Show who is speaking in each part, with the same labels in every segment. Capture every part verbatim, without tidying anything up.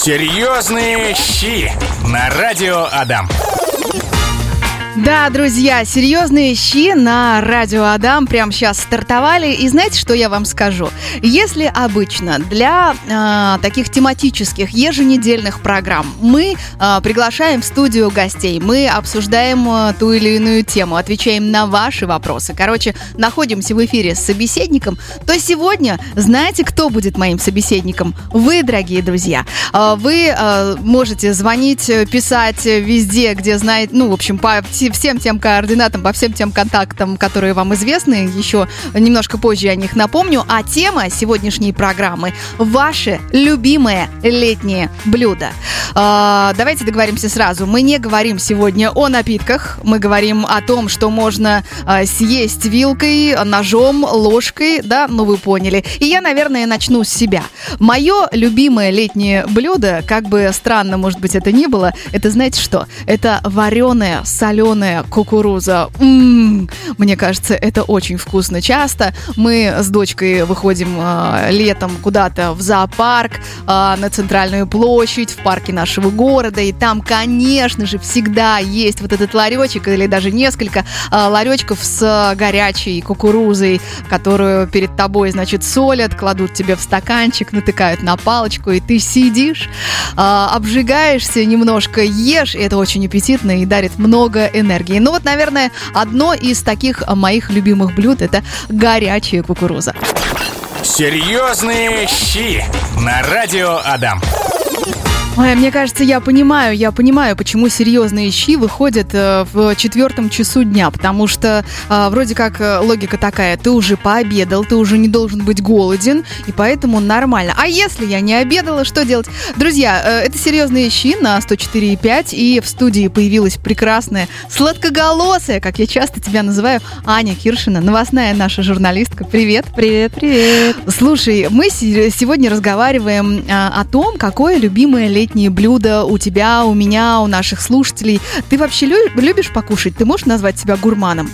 Speaker 1: Серьезные щи на радио Адам.
Speaker 2: Да, друзья, серьезные щи на радио Адам прямо сейчас стартовали. И знаете, что я вам скажу? Если обычно для э, таких тематических еженедельных программ мы э, приглашаем в студию гостей, мы обсуждаем э, ту или иную тему, отвечаем на ваши вопросы, короче, находимся в эфире с собеседником, то сегодня, знаете, кто будет моим собеседником? Вы, дорогие друзья. Э, вы э, можете звонить, писать везде, где знаете, ну, в общем, по всем тем координатам, по всем тем контактам, которые вам известны. Еще немножко позже я о них напомню. А тема сегодняшней программы – ваши любимые летние блюда. А, давайте договоримся сразу. Мы не говорим сегодня о напитках. Мы говорим о том, что можно а, съесть вилкой, ножом, ложкой. Да, ну вы поняли. И я, наверное, начну с себя. Мое любимое летнее блюдо, как бы странно, может быть, это ни было, это, знаете что? Это вареная, соленая кукуруза. М-м-м. Мне кажется, это очень вкусно. Часто мы с дочкой выходим э, летом куда-то в зоопарк, э, на центральную площадь, в парке нашего города, и там, конечно же, всегда есть вот этот ларечек или даже несколько э, ларечков с горячей кукурузой, которую перед тобой, значит, солят, кладут тебе в стаканчик, натыкают на палочку, и ты сидишь, э, обжигаешься немножко, ешь, и это очень аппетитно и дарит много энергии. Ну вот, наверное, одно из таких моих любимых блюд – это горячая кукуруза.
Speaker 1: Серьезные щи на радио Адам.
Speaker 2: Ой, мне кажется, я понимаю, я понимаю, почему серьезные щи выходят э, в четвертом часу дня, потому что э, вроде как э, логика такая, ты уже пообедал, ты уже не должен быть голоден, и поэтому нормально. А если я не обедала, что делать? Друзья, э, это серьезные щи на сто четыре и пять, и в студии появилась прекрасная, сладкоголосая, как я часто тебя называю, Аня Киршина, новостная наша журналистка. Привет.
Speaker 3: Привет, привет.
Speaker 2: Слушай, мы сегодня разговариваем э, о том, какое любимое летнее летние блюда у тебя, у меня, у наших слушателей. Ты вообще любишь покушать? Ты можешь назвать себя гурманом?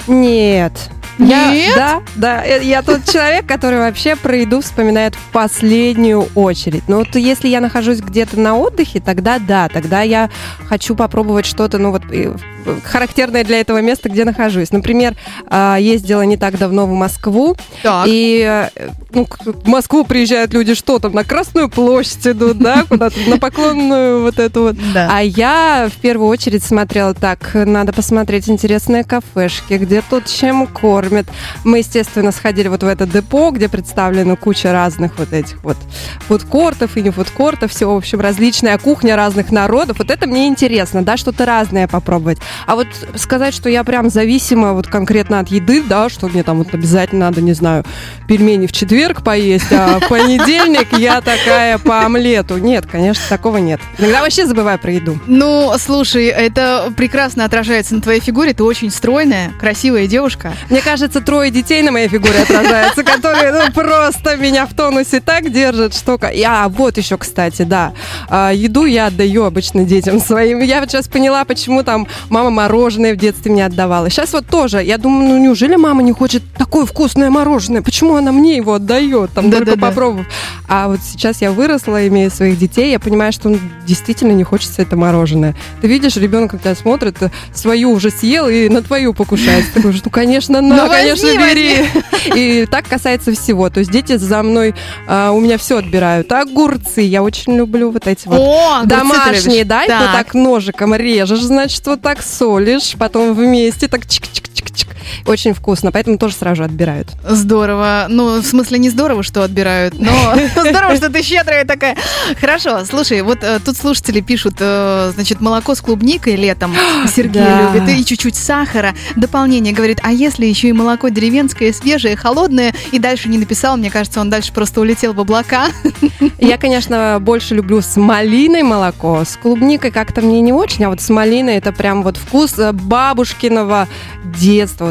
Speaker 3: Нет.
Speaker 2: Нет?
Speaker 3: Я, да, да. Я тот человек, который вообще про еду вспоминает в последнюю очередь. Но вот если я нахожусь где-то на отдыхе, тогда да, тогда я хочу попробовать что-то, ну вот, характерное для этого места, где нахожусь. Например, ездила не так давно в Москву,
Speaker 2: так.
Speaker 3: и ну, в Москву приезжают люди, что там, на Красную площадь идут, да, куда-то на Поклонную вот эту вот.
Speaker 2: Да.
Speaker 3: А я в первую очередь смотрела, так, надо посмотреть интересные кафешки, где тут чем кормят. Мы, естественно, сходили вот в это депо, где представлена куча разных вот этих вот фудкортов и не фудкортов, все, в общем, различная кухня разных народов. Вот это мне интересно, да, что-то разное попробовать. А вот сказать, что я прям зависима вот конкретно от еды, да, что мне там вот обязательно надо, не знаю, пельмени в четверг поесть, а в понедельник я такая по омлету. Нет, конечно, такого нет. Иногда вообще забываю про еду.
Speaker 2: Ну, слушай, это прекрасно отражается на твоей фигуре. Ты очень стройная, красивая девушка.
Speaker 3: Мне кажется, трое детей на моей фигуре отражаются, которые ну, просто меня в тонусе так держат, что... А, вот еще, кстати, да. Еду я отдаю обычно детям своим. Я вот сейчас поняла, почему там мама мороженое в детстве мне отдавала. Сейчас вот тоже. Я думаю, ну неужели мама не хочет такое вкусное мороженое? Почему она мне его отдает? Там
Speaker 2: да,
Speaker 3: только
Speaker 2: да,
Speaker 3: попробовав. Да. А вот сейчас я выросла, имея своих детей, я понимаю, что он действительно не хочется это мороженое. Ты видишь, ребенок, когда смотрит, свою уже съел и на твою покушается. Ты говоришь, ну, конечно, на,
Speaker 2: ну,
Speaker 3: конечно,
Speaker 2: возьми,
Speaker 3: бери. Возьми. И так касается всего. То есть дети за мной а, у меня все отбирают. Огурцы. Я очень люблю вот эти вот
Speaker 2: О,
Speaker 3: домашние, да?
Speaker 2: Так.
Speaker 3: Вот так ножиком режешь, значит, вот так солишь, потом вместе так чик-чик-чик-чик. Очень вкусно, поэтому тоже сразу же отбирают.
Speaker 2: Здорово. Ну, в смысле, не здорово, что отбирают, но здорово, что ты щедрая такая. Хорошо, слушай, вот тут слушатели пишут, значит, молоко с клубникой летом Сергей любит, и чуть-чуть сахара. Дополнение говорит, а если еще и молоко деревенское, свежее, холодное, и дальше не написал, мне кажется, он дальше просто улетел в облака.
Speaker 3: Я, конечно, больше люблю с малиной молоко, с клубникой как-то мне не очень, а вот с малиной это прям вот вкус бабушкиного детства, вот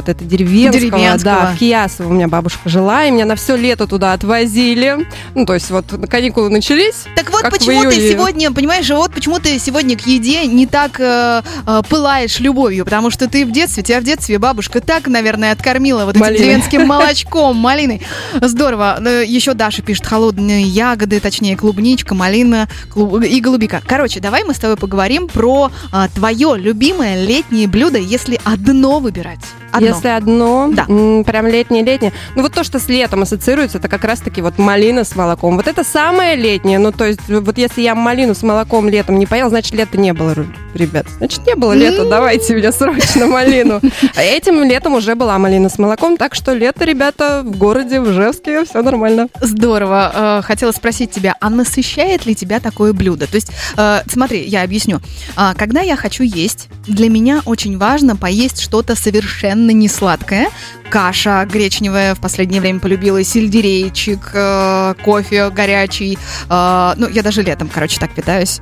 Speaker 3: вот это деревенского.
Speaker 2: Деревенского.
Speaker 3: Да, в Киясово у меня бабушка жила, и меня на все лето туда отвозили. Ну, то есть вот каникулы начались.
Speaker 2: Так вот
Speaker 3: как
Speaker 2: почему
Speaker 3: в
Speaker 2: ты
Speaker 3: июле.
Speaker 2: сегодня, понимаешь, вот почему ты сегодня к еде не так э, э, пылаешь любовью, потому что ты в детстве, тебя в детстве бабушка так, наверное, откормила вот этим
Speaker 3: Малиной.
Speaker 2: деревенским молочком, малиной. Здорово. Э, Еще Даша пишет: холодные ягоды, точнее клубничка, малина клуб- и голубика. Короче, давай мы с тобой поговорим про а, твое любимое летнее блюдо, если одно выбирать. Одно.
Speaker 3: Если одно,
Speaker 2: Да.
Speaker 3: м, прям летнее-летнее. Ну вот то, что с летом ассоциируется, это как раз-таки вот малина с молоком. Вот это самое летнее. Ну то есть вот если я малину с молоком летом не поела, значит лета не было, ребят. Значит не было лета, давайте мне срочно малину. А этим летом уже была малина с молоком, так что лето, ребята, в городе, в Ижевске, все нормально.
Speaker 2: Здорово. Э, Хотела спросить тебя, а насыщает ли тебя такое блюдо? То есть, э, смотри, я объясню. А, Когда я хочу есть, для меня очень важно поесть что-то совершенно не сладкое. Каша гречневая в последнее время полюбила, сельдерейчик, э, кофе горячий. э, Ну, я даже летом, короче, так питаюсь.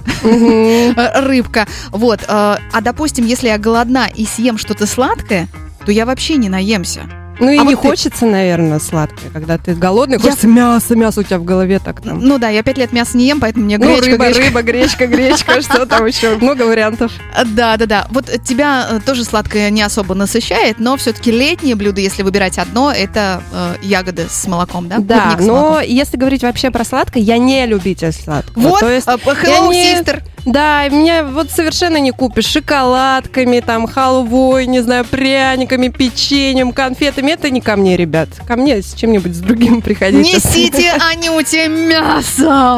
Speaker 2: Э, Рыбка. Вот. э, А, допустим, если я голодна и съем что-то сладкое, то я вообще не наемся.
Speaker 3: Ну и
Speaker 2: А
Speaker 3: не
Speaker 2: вот ты-
Speaker 3: хочется, наверное, сладкое, когда ты голодный, хочется мясо, мясо у тебя в голове так там.
Speaker 2: Ну да, я пять лет мясо не ем, поэтому мне
Speaker 3: Ну,
Speaker 2: гречка,
Speaker 3: рыба,
Speaker 2: гречка.
Speaker 3: рыба, гречка, гречка, что там еще? Много вариантов.
Speaker 2: Да, да, да. Вот тебя э, тоже сладкое не особо насыщает, но все-таки летнее блюдо, если выбирать одно, это э, ягоды с молоком, да?
Speaker 3: Да,
Speaker 2: Клубника с
Speaker 3: но
Speaker 2: молоком.
Speaker 3: если говорить вообще про сладкое, я не любитель сладкого.
Speaker 2: Вот,
Speaker 3: То есть,
Speaker 2: э, hello,
Speaker 3: я не-
Speaker 2: sister.
Speaker 3: да, и меня вот совершенно не купишь шоколадками, там, халвой, не знаю, пряниками, печеньем, конфетами. Это не ко мне, ребят. Ко мне с чем-нибудь с другим приходите.
Speaker 2: Несите Анюте мясо!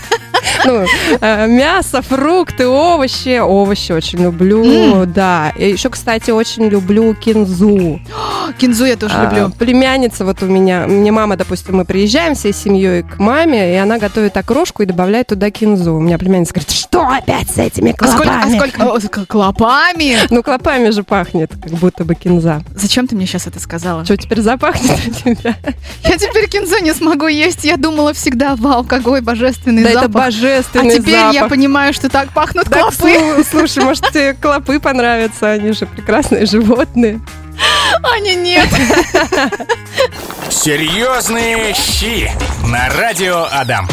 Speaker 3: Ну, э, мясо, фрукты, овощи. Овощи очень люблю, да. И еще, кстати, очень люблю кинзу.
Speaker 2: Кинзу я тоже
Speaker 3: А,
Speaker 2: люблю.
Speaker 3: Племянница вот у меня, мне мама, допустим, мы приезжаем всей семьей к маме, и она готовит окрошку и добавляет туда кинзу. У меня племянница говорит: что опять с этими
Speaker 2: А сколько, а
Speaker 3: клопами?
Speaker 2: сколько? О, с- клопами?
Speaker 3: Ну, клопами же пахнет, как будто бы кинза.
Speaker 2: Зачем ты мне сейчас это сказала?
Speaker 3: Что, теперь запахнет у тебя?
Speaker 2: Я теперь кинзу не смогу есть. Я думала всегда: вау, какой божественный
Speaker 3: Да это
Speaker 2: запах. А
Speaker 3: божественный
Speaker 2: теперь я
Speaker 3: запах.
Speaker 2: понимаю, что так пахнут
Speaker 3: Так,
Speaker 2: клопы.
Speaker 3: слу- слушай, может, тебе клопы понравятся, они же прекрасные животные.
Speaker 2: Аня, нет.
Speaker 1: Серьезные щи на радио Адам.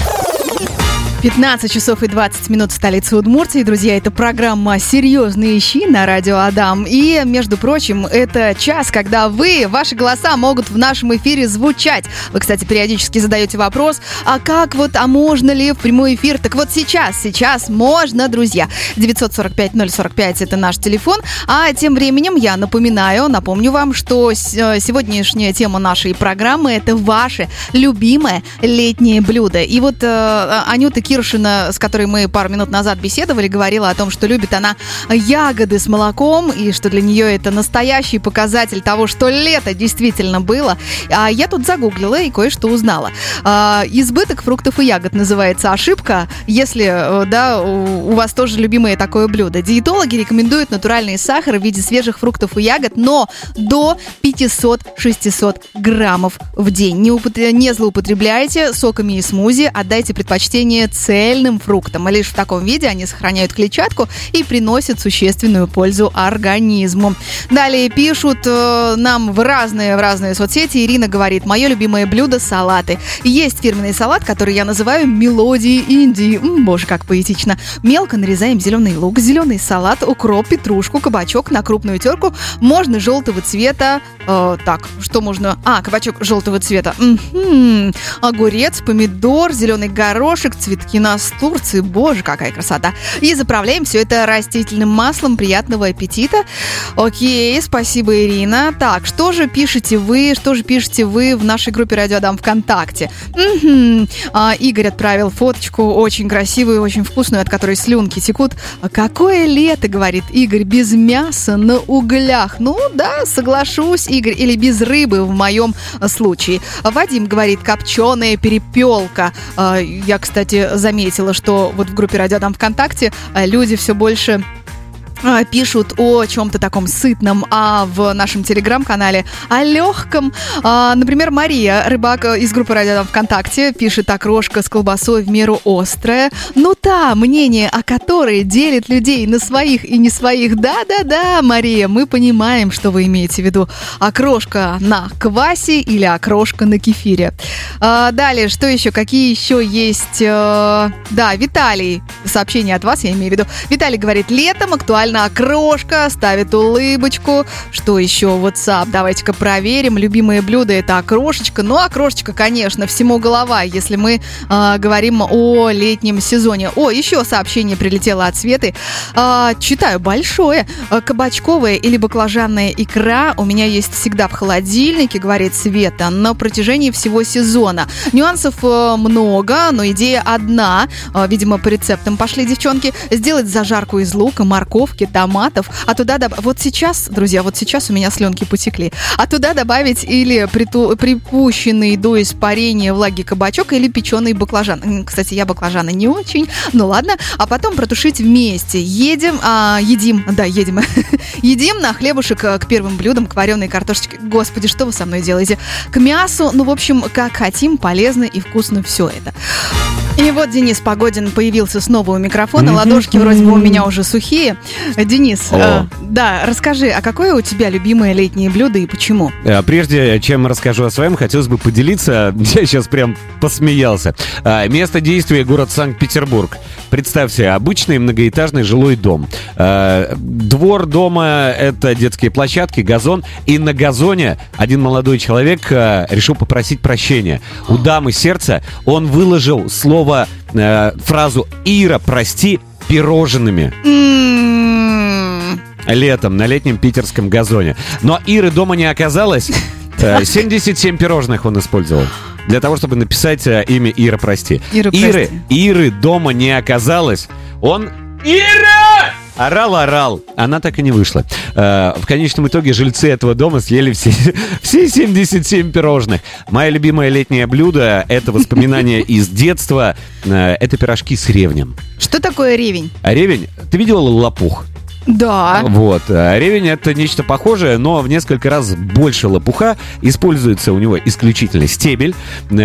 Speaker 2: пятнадцать часов и двадцать минут в столице Удмуртии. Друзья, это программа «Серьезные щи» на радио Адам. И, между прочим, это час, когда вы, ваши голоса могут в нашем эфире звучать. Вы, кстати, периодически задаете вопрос: а как вот, а можно ли в прямой эфир? Так вот сейчас, сейчас можно, друзья. девятьсот сорок пять ноль сорок пять это наш телефон. А тем временем я напоминаю, напомню вам, что с- э, сегодняшняя тема нашей программы — это ваше любимое летнее блюдо. И вот э, Анюта Киршина, с которой мы пару минут назад беседовали, говорила о том, что любит она ягоды с молоком, и что для нее это настоящий показатель того, что лето действительно было. А я тут загуглила и кое-что узнала. А, избыток фруктов и ягод называется ошибка, если, э, да, у, у вас тоже любимое такое блюдо. Диетологи рекомендуют натуральный сахар в виде свежих фруктов и ягод, но до пятьсот-шестьсот граммов в день. Не, употре- не злоупотребляйте соками и смузи, отдайте предпочтение цельным фруктам. Лишь в таком виде они сохраняют клетчатку и приносят существенную пользу организму. Далее пишут э, нам в разные, в разные соцсети. Ирина говорит: мое любимое блюдо — салаты. Есть фирменный салат, который я называю «Мелодией Индии». М, боже, как поэтично. Мелко нарезаем зеленый лук, зеленый салат, укроп, петрушку, кабачок на крупную терку. Можно желтого цвета. Э, так, что можно? А, кабачок желтого цвета. Мгм. Огурец, помидор, зеленый горошек, цветки настурции. Боже, какая красота. И заправляем все это растительным маслом. Приятного аппетита. Окей, спасибо, Ирина. Так, что же пишете вы, что же пишете вы в нашей группе «Радио Адам» ВКонтакте? Мгм. А, Игорь отправил фоточку очень красивую, очень вкусную, от которой слюнки текут. А какое лето, говорит Игорь, без мяса на углях. Ну да, соглашусь, Игорь, или без рыбы в моем а, случае. А Вадим говорит: копченая перепелка. А, Я, кстати, заметила, что вот в группе «Радио Адам» ВКонтакте а, люди все больше пишут о чем-то таком сытном, а в нашем телеграм-канале о легком. А, например, Мария, рыбак из группы «Радио Адам» ВКонтакте, пишет: окрошка с колбасой в меру острая. Ну та, мнение о которой делит людей на своих и не своих. Да-да-да, Мария, мы понимаем, что вы имеете в виду. Окрошка на квасе или окрошка на кефире. А, далее, что еще? Какие еще есть? А, да, Виталий, сообщение от вас, я имею в виду. Виталий говорит: летом актуально окрошка, ставит улыбочку. Что еще? WhatsApp, давайте-ка проверим. Любимое блюдо — это окрошечка. Ну, окрошечка, конечно, всему голова, если мы э, говорим о летнем сезоне. О, еще сообщение прилетело от Светы. Э, читаю: большое. Кабачковая или баклажанная икра у меня есть всегда в холодильнике, говорит Света, на протяжении всего сезона. Нюансов э, много, но идея одна. Э, видимо, по рецептам пошли девчонки. Сделать зажарку из лука, морковки, томатов, а туда добавить... Вот сейчас, друзья, вот сейчас у меня слюнки потекли. А туда добавить или приту... припущенный до испарения влаги кабачок, или печеный баклажан. Кстати, я баклажаны не очень, ну ладно. А потом протушить вместе. Едем, а, едим, да, едем. Едим на хлебушек к первым блюдам, к вареной картошечке. Господи, что вы со мной делаете? К мясу, ну, в общем, как хотим, полезно и вкусно все это. И вот Денис Погодин появился снова у микрофона. Ладошки вроде бы у меня уже сухие. Денис, э, да, расскажи, а какое у тебя любимое летнее блюдо и почему?
Speaker 4: Прежде чем расскажу о своем, хотелось бы поделиться. Я сейчас прям посмеялся. Место действия — город Санкт-Петербург. Представьте, обычный многоэтажный жилой дом. Двор дома — это детские площадки, газон. И на газоне один молодой человек решил попросить прощения. У дамы сердца он выложил слово, фразу «Ира, прости» пирожными. Летом, на летнем питерском газоне. Но Иры дома не оказалось. семьдесят семь пирожных он использовал для того, чтобы написать имя «Ира, прости».
Speaker 2: Ира,
Speaker 4: Иры,
Speaker 2: прости.
Speaker 4: Иры дома не оказалось. Он «Ира!» орал-орал. Она так и не вышла. В конечном итоге жильцы этого дома съели все, все семьдесят семь пирожных. Мое любимое летнее блюдо — это воспоминания из детства. Это пирожки с ревнем.
Speaker 2: Что такое ревень?
Speaker 4: А ревень... Ты видела лопух?
Speaker 2: Да.
Speaker 4: Вот. Ревень — это нечто похожее, но в несколько раз больше лопуха. Используется у него исключительно стебель.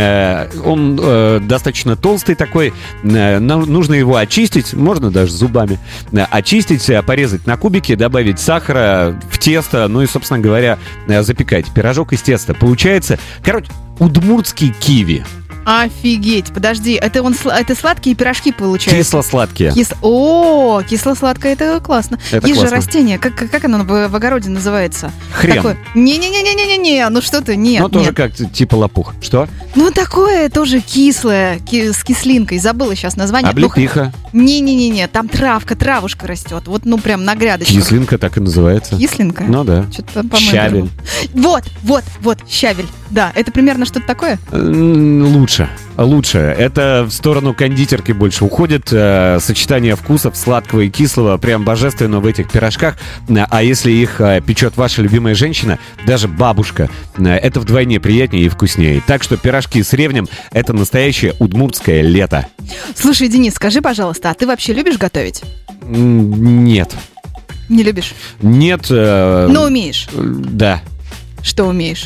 Speaker 4: Он достаточно толстый такой. Нужно его очистить, можно даже зубами. Очистить, порезать на кубики, добавить сахара в тесто, ну и, собственно говоря, запекать. Пирожок из теста. Получается, короче, удмуртский киви.
Speaker 2: Офигеть, подожди, это он это сладкие пирожки получаются?
Speaker 4: Кисло-сладкие.
Speaker 2: Кис... О, кисло-сладкое, это классно.
Speaker 4: Это
Speaker 2: Есть
Speaker 4: классно.
Speaker 2: же растение, как, как оно в, в огороде называется?
Speaker 4: Хрен.
Speaker 2: Такое... Не-не-не-не-не-не, ну что ты, нет,
Speaker 4: Ну, тоже
Speaker 2: нет.
Speaker 4: как типа лопух. Что?
Speaker 2: Ну, такое тоже кислое, ки- с кислинкой, забыла сейчас название.
Speaker 4: Облепиха.
Speaker 2: Ну, не-не-не-не, там травка, травушка растет, вот, ну, прям на грядочках.
Speaker 4: Кислинка так и называется.
Speaker 2: Кисленькая?
Speaker 4: Ну да.
Speaker 2: Что-то, по-моему,
Speaker 4: Щавель.
Speaker 2: другое. Вот, вот, вот, щавель. Да, это примерно что-то такое?
Speaker 4: М, Лучше. Лучше. Это в сторону кондитерки больше уходит. Э, сочетание вкусов сладкого и кислого прям божественно в этих пирожках. Э, А если их э, печет ваша любимая женщина, даже бабушка, э, это вдвойне приятнее и вкуснее. Так что пирожки с ревнем — это настоящее удмуртское лето.
Speaker 2: Слушай, Денис, скажи, пожалуйста, а ты вообще любишь готовить?
Speaker 4: М, Нет.
Speaker 2: Не любишь?
Speaker 4: Нет. э,
Speaker 2: Но умеешь.
Speaker 4: Да.
Speaker 2: Что умеешь?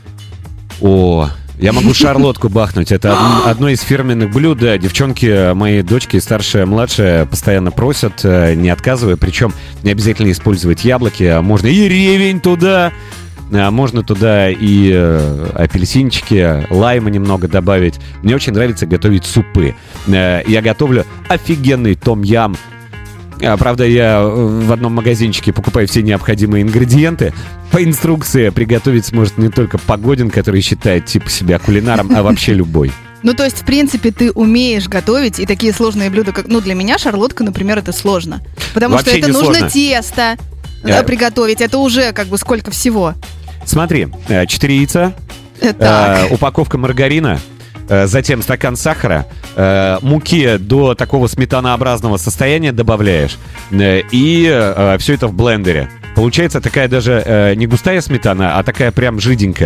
Speaker 4: О, я могу шарлотку бахнуть. Это од- одно из фирменных блюд. Да, девчонки, мои дочки, старшая, младшая, постоянно просят, э, не отказывая. Причем не обязательно использовать яблоки, а можно и ревень туда. А можно туда и э, апельсинчики, лайма немного добавить. Мне очень нравится готовить супы. Э, я готовлю офигенный том-ям. А, правда, я в одном магазинчике покупаю все необходимые ингредиенты. По инструкции приготовить сможет не только Погодин, который считает типа себя кулинаром, а вообще любой.
Speaker 2: Ну, то есть, в принципе, ты умеешь готовить, и такие сложные блюда, как, ну, для меня шарлотка, например, это сложно. Потому
Speaker 4: Вообще
Speaker 2: что это
Speaker 4: не
Speaker 2: нужно
Speaker 4: сложно.
Speaker 2: тесто
Speaker 4: Я-
Speaker 2: э, приготовить, это уже как бы сколько всего.
Speaker 4: Смотри, э, четыре яйца,
Speaker 2: Э, Так,
Speaker 4: э, упаковка маргарина, э, затем стакан сахара, э, муки до такого сметанообразного состояния добавляешь, э, и все это в блендере. Получается такая даже э, не густая сметана, а такая прям жиденькая.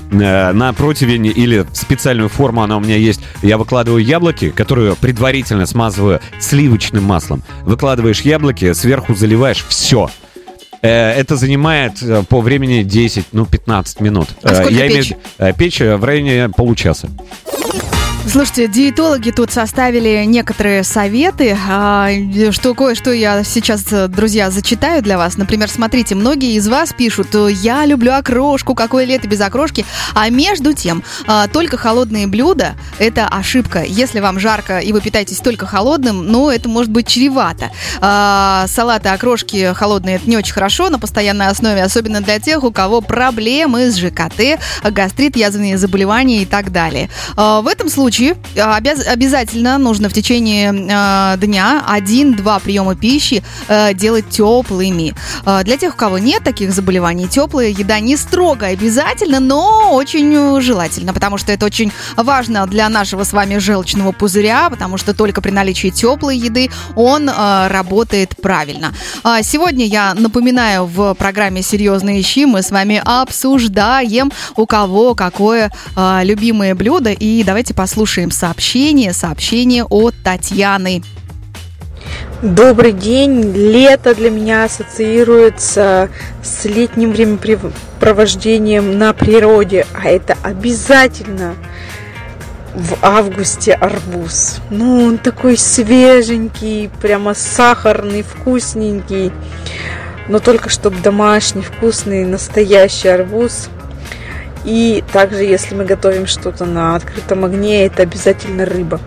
Speaker 4: э, на противень или в специальную форму, она у меня есть, я выкладываю яблоки, которые предварительно смазываю сливочным маслом. Выкладываешь яблоки, сверху заливаешь, все. Это занимает по времени десять, ну, пятнадцать минут.
Speaker 2: А сколько
Speaker 4: Я
Speaker 2: печь?
Speaker 4: имею печь в районе получаса.
Speaker 2: Слушайте, диетологи тут составили некоторые советы, что кое-что я сейчас, друзья, зачитаю для вас. Например, смотрите, многие из вас пишут: я люблю окрошку, какое лето без окрошки. А между тем, только холодные блюда – это ошибка. Если вам жарко и вы питаетесь только холодным, ну, это может быть чревато. Салаты, окрошки холодные – это не очень хорошо на постоянной основе, особенно для тех, у кого проблемы с ЖКТ, гастрит, язвенные заболевания и так далее. В этом случае Обяз- обязательно нужно в течение э, дня один-два приема пищи э, делать теплыми. Э, для тех, у кого нет таких заболеваний, теплая еда не строго обязательно, но очень желательно, потому что это очень важно для нашего с вами желчного пузыря, потому что только при наличии теплой еды он э, работает правильно. Э, сегодня я напоминаю, в программе «Серьезные щи» мы с вами обсуждаем, у кого какое э, любимое блюдо, и давайте послушаем Слушаем сообщение, сообщение от Татьяны.
Speaker 5: Добрый день. Лето для меня ассоциируется с летним времяпрепровождением на природе, а это обязательно в августе арбуз. Ну, он такой свеженький, прямо сахарный, вкусненький, но только чтобы домашний, вкусный, настоящий арбуз. И также, если мы готовим что-то на открытом огне, это обязательно рыба.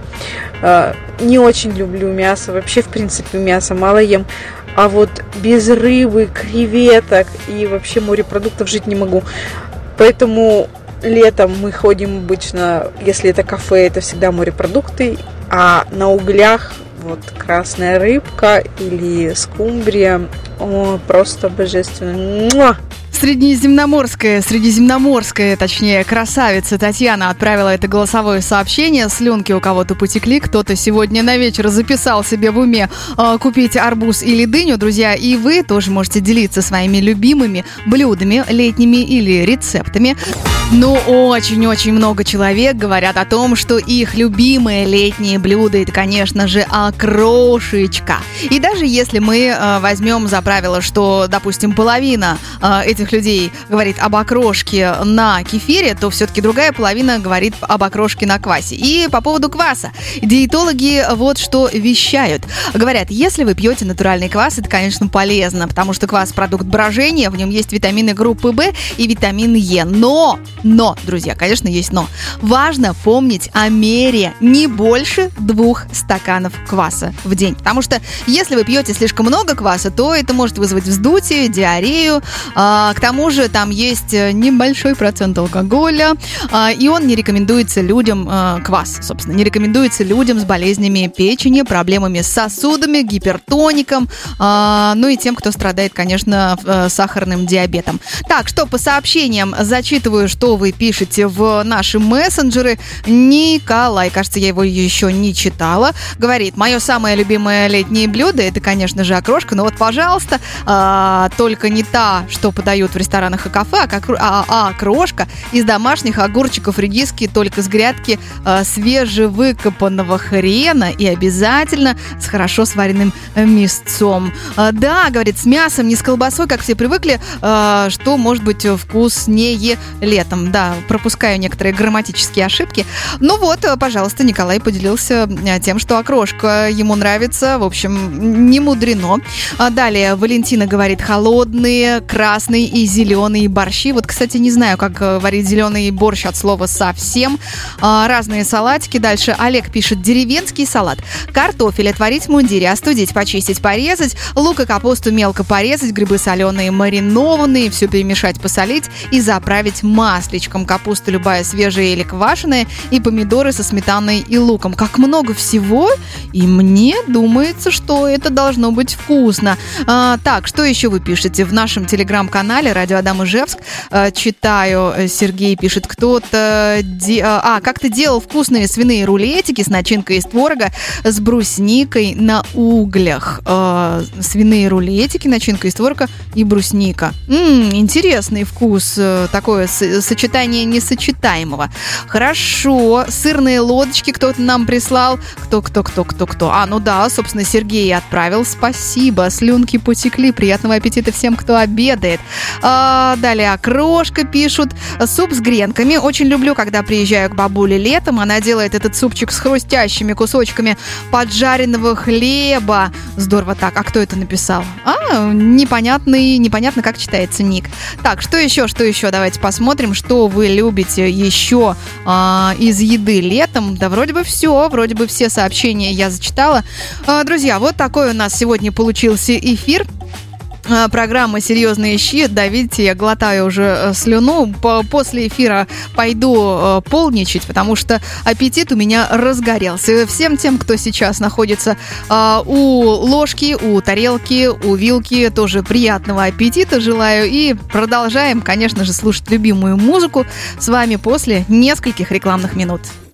Speaker 5: Не очень люблю мясо, вообще, в принципе, мясо мало ем. А вот без рыбы, креветок и вообще морепродуктов жить не могу. Поэтому летом мы ходим обычно, если это кафе, это всегда морепродукты. А на углях вот красная рыбка или скумбрия. О, просто божественно. Муа!
Speaker 2: Средиземноморская, средиземноморская, точнее, красавица Татьяна отправила это голосовое сообщение. Слюнки у кого-то потекли, кто-то сегодня на вечер записал себе в уме э, купить арбуз или дыню, друзья. И вы тоже можете делиться своими любимыми блюдами летними или рецептами. Ну, очень-очень много человек говорят о том, что их любимые летние блюда – это, конечно же, окрошечка. И даже если мы э, возьмем за правило, что, допустим, половина э, этих людей говорит об окрошке на кефире, то все-таки другая половина говорит об окрошке на квасе. И по поводу кваса. Диетологи вот что вещают. Говорят, если вы пьете натуральный квас, это, конечно, полезно, потому что квас – продукт брожения, в нем есть витамины группы В и витамин Е. Но... Но, друзья, конечно, есть но. Важно помнить о мере не больше двух стаканов кваса в день. Потому что если вы пьете слишком много кваса, то это может вызвать вздутие, диарею. А, к тому же там есть небольшой процент алкоголя. А, и он не рекомендуется людям, а, квас, собственно, не рекомендуется людям с болезнями печени, проблемами с сосудами, гипертоником, а, ну и тем, кто страдает, конечно, сахарным диабетом. Так, что по сообщениям зачитываю, что вы пишете в наши мессенджеры. Николай, кажется, я его еще не читала, говорит: мое самое любимое летнее блюдо — это, конечно же, окрошка. Но вот, пожалуйста, а, только не та, что подают в ресторанах и кафе, а, как, а, а окрошка из домашних огурчиков, редиски, только с грядки а, свежевыкопанного хрена и обязательно с хорошо сваренным мясцом. А, да, говорит, с мясом, не с колбасой, как все привыкли, а, что может быть вкуснее летом. Да, пропускаю некоторые грамматические ошибки. Ну вот, пожалуйста, Николай поделился тем, что окрошка ему нравится. В общем, не мудрено. Далее Валентина говорит: холодные, красные и зеленые борщи. Вот, кстати, не знаю, как варить зеленый борщ от слова совсем. Разные салатики. Дальше Олег пишет: деревенский салат. Картофель отварить в мундире, остудить, почистить, порезать. Лук и капусту мелко порезать. Грибы соленые, маринованные. Все перемешать, посолить и заправить маслом. Капуста любая, свежая или квашеная, и помидоры со сметаной и луком. Как много всего, и мне думается, что это должно быть вкусно. А, так, что еще вы пишете в нашем телеграм-канале? телеграм-канале «Радио Адам Ижевск». Э, читаю, Сергей пишет, кто-то... Де... А, как-то делал вкусные свиные рулетики с начинкой из творога с брусникой на углях. Э, свиные рулетики, начинка из творога и брусника. М-м, интересный вкус, э, такое с- сочетание несочетаемого. Хорошо. Сырные лодочки кто-то нам прислал. Кто, кто, кто, кто, кто. А, ну да, собственно, Сергей отправил. Спасибо. Слюнки потекли. Приятного аппетита всем, кто обедает. А, далее окрошка пишут. Суп с гренками. Очень люблю, когда приезжаю к бабуле летом. Она делает этот супчик с хрустящими кусочками поджаренного хлеба. Здорово так. А кто это написал? А, непонятный, непонятно, как читается ник. Так, что еще, что еще? Давайте посмотрим, что вы любите еще а, из еды летом. Да вроде бы все, вроде бы все сообщения я зачитала. А, друзья, вот такой у нас сегодня получился эфир. Программа «Серьезные щи». Да, видите, я глотаю уже слюну. После эфира пойду полничать, потому что аппетит у меня разгорелся. Всем тем, кто сейчас находится у ложки, у тарелки, у вилки, тоже приятного аппетита желаю. И продолжаем, конечно же, слушать любимую музыку с вами после нескольких рекламных минут.